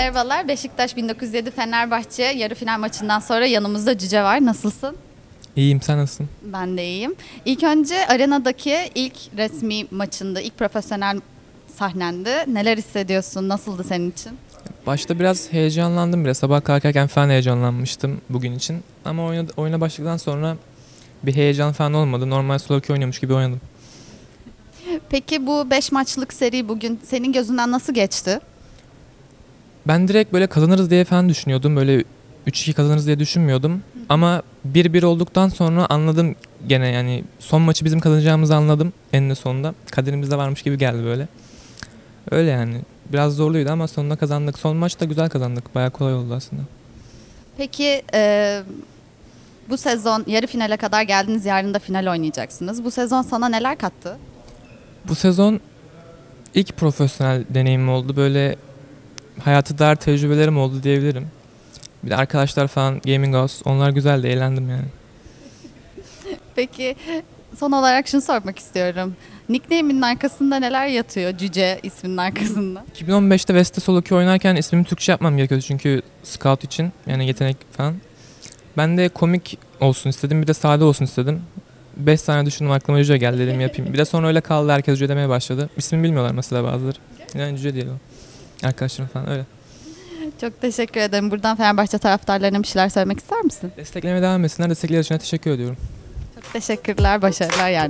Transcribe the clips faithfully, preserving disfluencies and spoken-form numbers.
Merhabalar, Beşiktaş bin dokuz yüz yedi Fenerbahçe yarı final maçından sonra yanımızda Cüce var. Nasılsın? İyiyim, sen nasılsın? Ben de iyiyim. İlk önce arenadaki ilk resmi maçında, ilk profesyonel sahnendi. Neler hissediyorsun? Nasıldı senin için? Başta biraz heyecanlandım biraz. Sabah kalkarken falan heyecanlanmıştım bugün için. Ama oyuna, oyuna başladıktan sonra bir heyecan falan olmadı. Normal solo queue oynuyormuş gibi oynadım. Peki bu beş maçlık seri bugün senin gözünden nasıl geçti? Ben direkt böyle kazanırız diye falan düşünüyordum. Böyle üç iki kazanırız diye düşünmüyordum. Hı. Ama bir bir olduktan sonra anladım gene, yani son maçı bizim kazanacağımızı anladım eninde sonunda. Kaderimizde varmış gibi geldi böyle. Öyle yani. Biraz zorluydu ama sonunda kazandık. Son maç da güzel kazandık. Bayağı kolay oldu aslında. Peki e, bu sezon yarı finale kadar geldiniz. Yarın da final oynayacaksınız. Bu sezon sana neler kattı? Bu sezon ilk profesyonel deneyimim oldu. Böyle hayatı dair tecrübelerim oldu diyebilirim. Bir de arkadaşlar falan, Gaming House, onlar güzeldi, eğlendim yani. Peki son olarak şunu sormak istiyorum. Nickname'inin arkasında neler yatıyor Cüce isminin arkasında? iki bin on beşte Veste Solo Queue oynarken ismimi Türkçe yapmam gerekiyordu çünkü scout için, yani yetenek falan. Ben de komik olsun istedim, bir de sade olsun istedim. beş tane düşündüm, aklıma Cüce geldi, dedim yapayım. Bir de sonra öyle kaldı, herkes Cüce demeye başladı. İsmimi bilmiyorlar mesela bazıları. Yani Cüce diyelim. Arkadaşlarım falan öyle. Çok teşekkür ederim. Buradan Fenerbahçe taraftarlarına bir şeyler söylemek ister misin? Desteklemeye devam etsinler. Destekler için teşekkür ediyorum. Çok teşekkürler. Başarılar yani.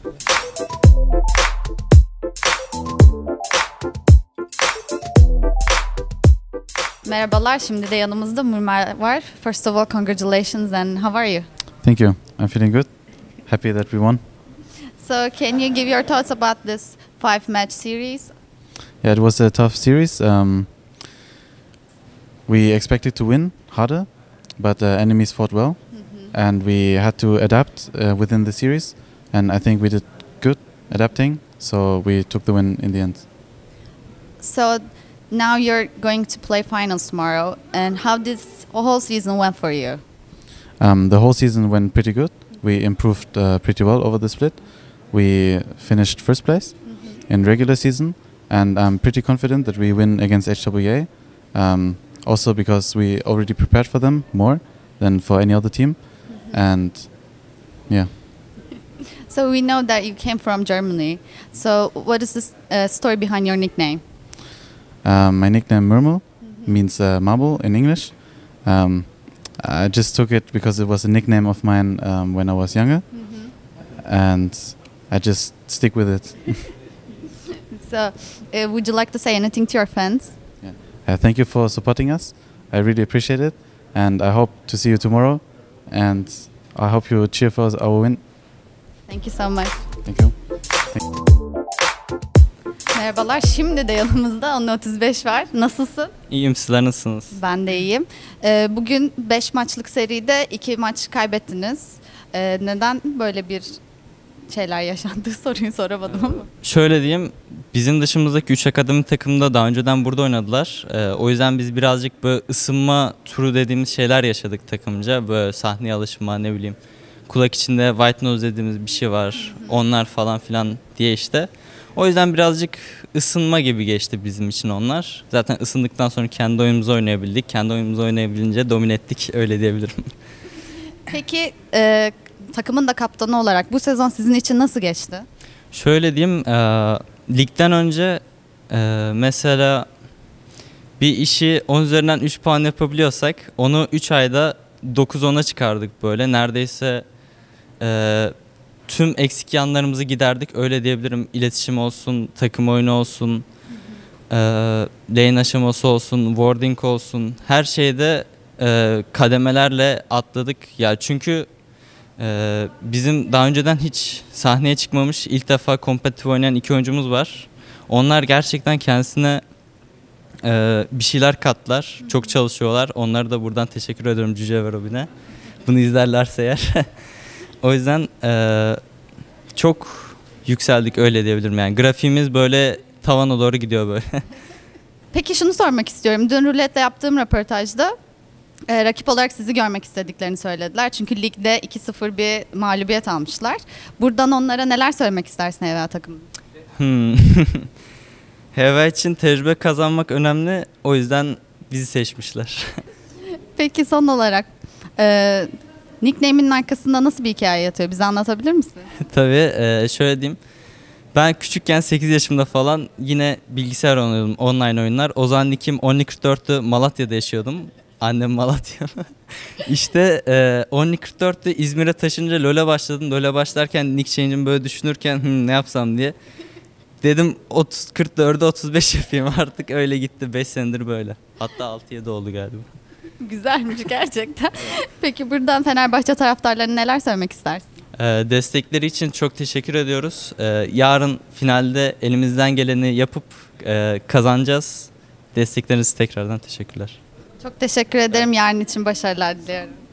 Merhabalar. Şimdi de yanımızda Murmer var. First of all, congratulations and how are you? Thank you. I'm feeling good. Happy that we won. So, can you give your thoughts about this five-match series? Yeah, it was a tough series. Um, we expected to win harder, but the enemies fought well, mm-hmm. and we had to adapt uh, within the series. And I think we did good adapting, so we took the win in the end. So now you're going to play finals tomorrow, and how this whole season went for you? Um, the whole season went pretty good. We improved uh, pretty well over the split. We finished first place mm-hmm. in regular season, and I'm pretty confident that we win against H W A. Um, also because we already prepared for them more than for any other team, mm-hmm. and yeah. So we know that you came from Germany. So what is the uh, story behind your nickname? Um, my nickname Murmel mm-hmm. means uh, marble in English. Um, I just took it because it was a nickname of mine um, when I was younger, mm-hmm. and I just stick with it. So, uh, would you like to say anything to your fans? Yeah. Uh, thank you for supporting us. I really appreciate it, and I hope to see you tomorrow. And I hope you cheer for us our win. Thank you so much. Thank you. Thank you. Merhabalar. Şimdi de yanımızda on otuz beş var. Nasılsın? İyiyim. Sizler nasılsınız? Ben de iyiyim. Ee, bugün beş maçlık seride iki maç kaybettiniz. Ee, neden böyle bir şeyler yaşandı soruyu soramadım ama. Şöyle diyeyim, bizim dışımızdaki üç akademi takımda daha önceden burada oynadılar. Ee, o yüzden biz birazcık böyle ısınma turu dediğimiz şeyler yaşadık takımca. Böyle sahneye alışma, ne bileyim, kulak içinde white nose dediğimiz bir şey var. Onlar falan filan diye işte. O yüzden birazcık ısınma gibi geçti bizim için onlar. Zaten ısındıktan sonra kendi oyunumuzu oynayabildik. Kendi oyunumuzu oynayabilince domine ettik, öyle diyebilirim. Peki e, takımın da kaptanı olarak bu sezon sizin için nasıl geçti? Şöyle diyeyim, e, ligden önce e, mesela bir işi on üzerinden üç puan yapabiliyorsak onu üç ayda dokuz ona çıkardık böyle. Neredeyse e, tüm eksik yanlarımızı giderdik, öyle diyebilirim. İletişim olsun, takım oyunu olsun, e, lane aşaması olsun, warding olsun, her şeyde e, kademelerle atladık. Ya çünkü e, bizim daha önceden hiç sahneye çıkmamış, ilk defa kompetitif oynayan iki oyuncumuz var. Onlar gerçekten kendisine e, bir şeyler kattılar, çok çalışıyorlar. Onlara da buradan teşekkür ediyorum, Cüce ve Robin'e. Bunu izlerlerse eğer. O yüzden e, çok yükseldik, öyle diyebilirim. Yani grafiğimiz böyle tavana doğru gidiyor böyle. Peki şunu sormak istiyorum. Dün Rulet'te yaptığım röportajda e, rakip olarak sizi görmek istediklerini söylediler. Çünkü ligde iki sıfır bir mağlubiyet almışlar. Buradan onlara neler söylemek istersin H V A takımı? Hmm. H V A için tecrübe kazanmak önemli. O yüzden bizi seçmişler. Peki son olarak e, nickname'inin arkasında nasıl bir hikaye yatıyor? Bize anlatabilir misin? Tabii e, şöyle diyeyim. Ben küçükken sekiz yaşımda falan yine bilgisayar oynuyordum, online oyunlar. O zaman nickim Only kırk dörttü, Malatya'da yaşıyordum. Annem Malatyalı. İşte e, Only kırk dörttü, İzmir'e taşınca LoL'e başladım. LoL'e başlarken nick change'imi böyle düşünürken "Hı, ne yapsam diye. Dedim otuz kırk dörde otuz beş yapayım, artık öyle gitti. beş senedir böyle. Hatta altı yedi oldu galiba. Güzelmiş gerçekten. Peki buradan Fenerbahçe taraftarlarına neler söylemek istersin? Ee, destekleri için çok teşekkür ediyoruz. Ee, yarın finalde elimizden geleni yapıp e, kazanacağız. Destekleriniz tekrardan teşekkürler. Çok teşekkür ederim. Yarın için başarılar diliyorum.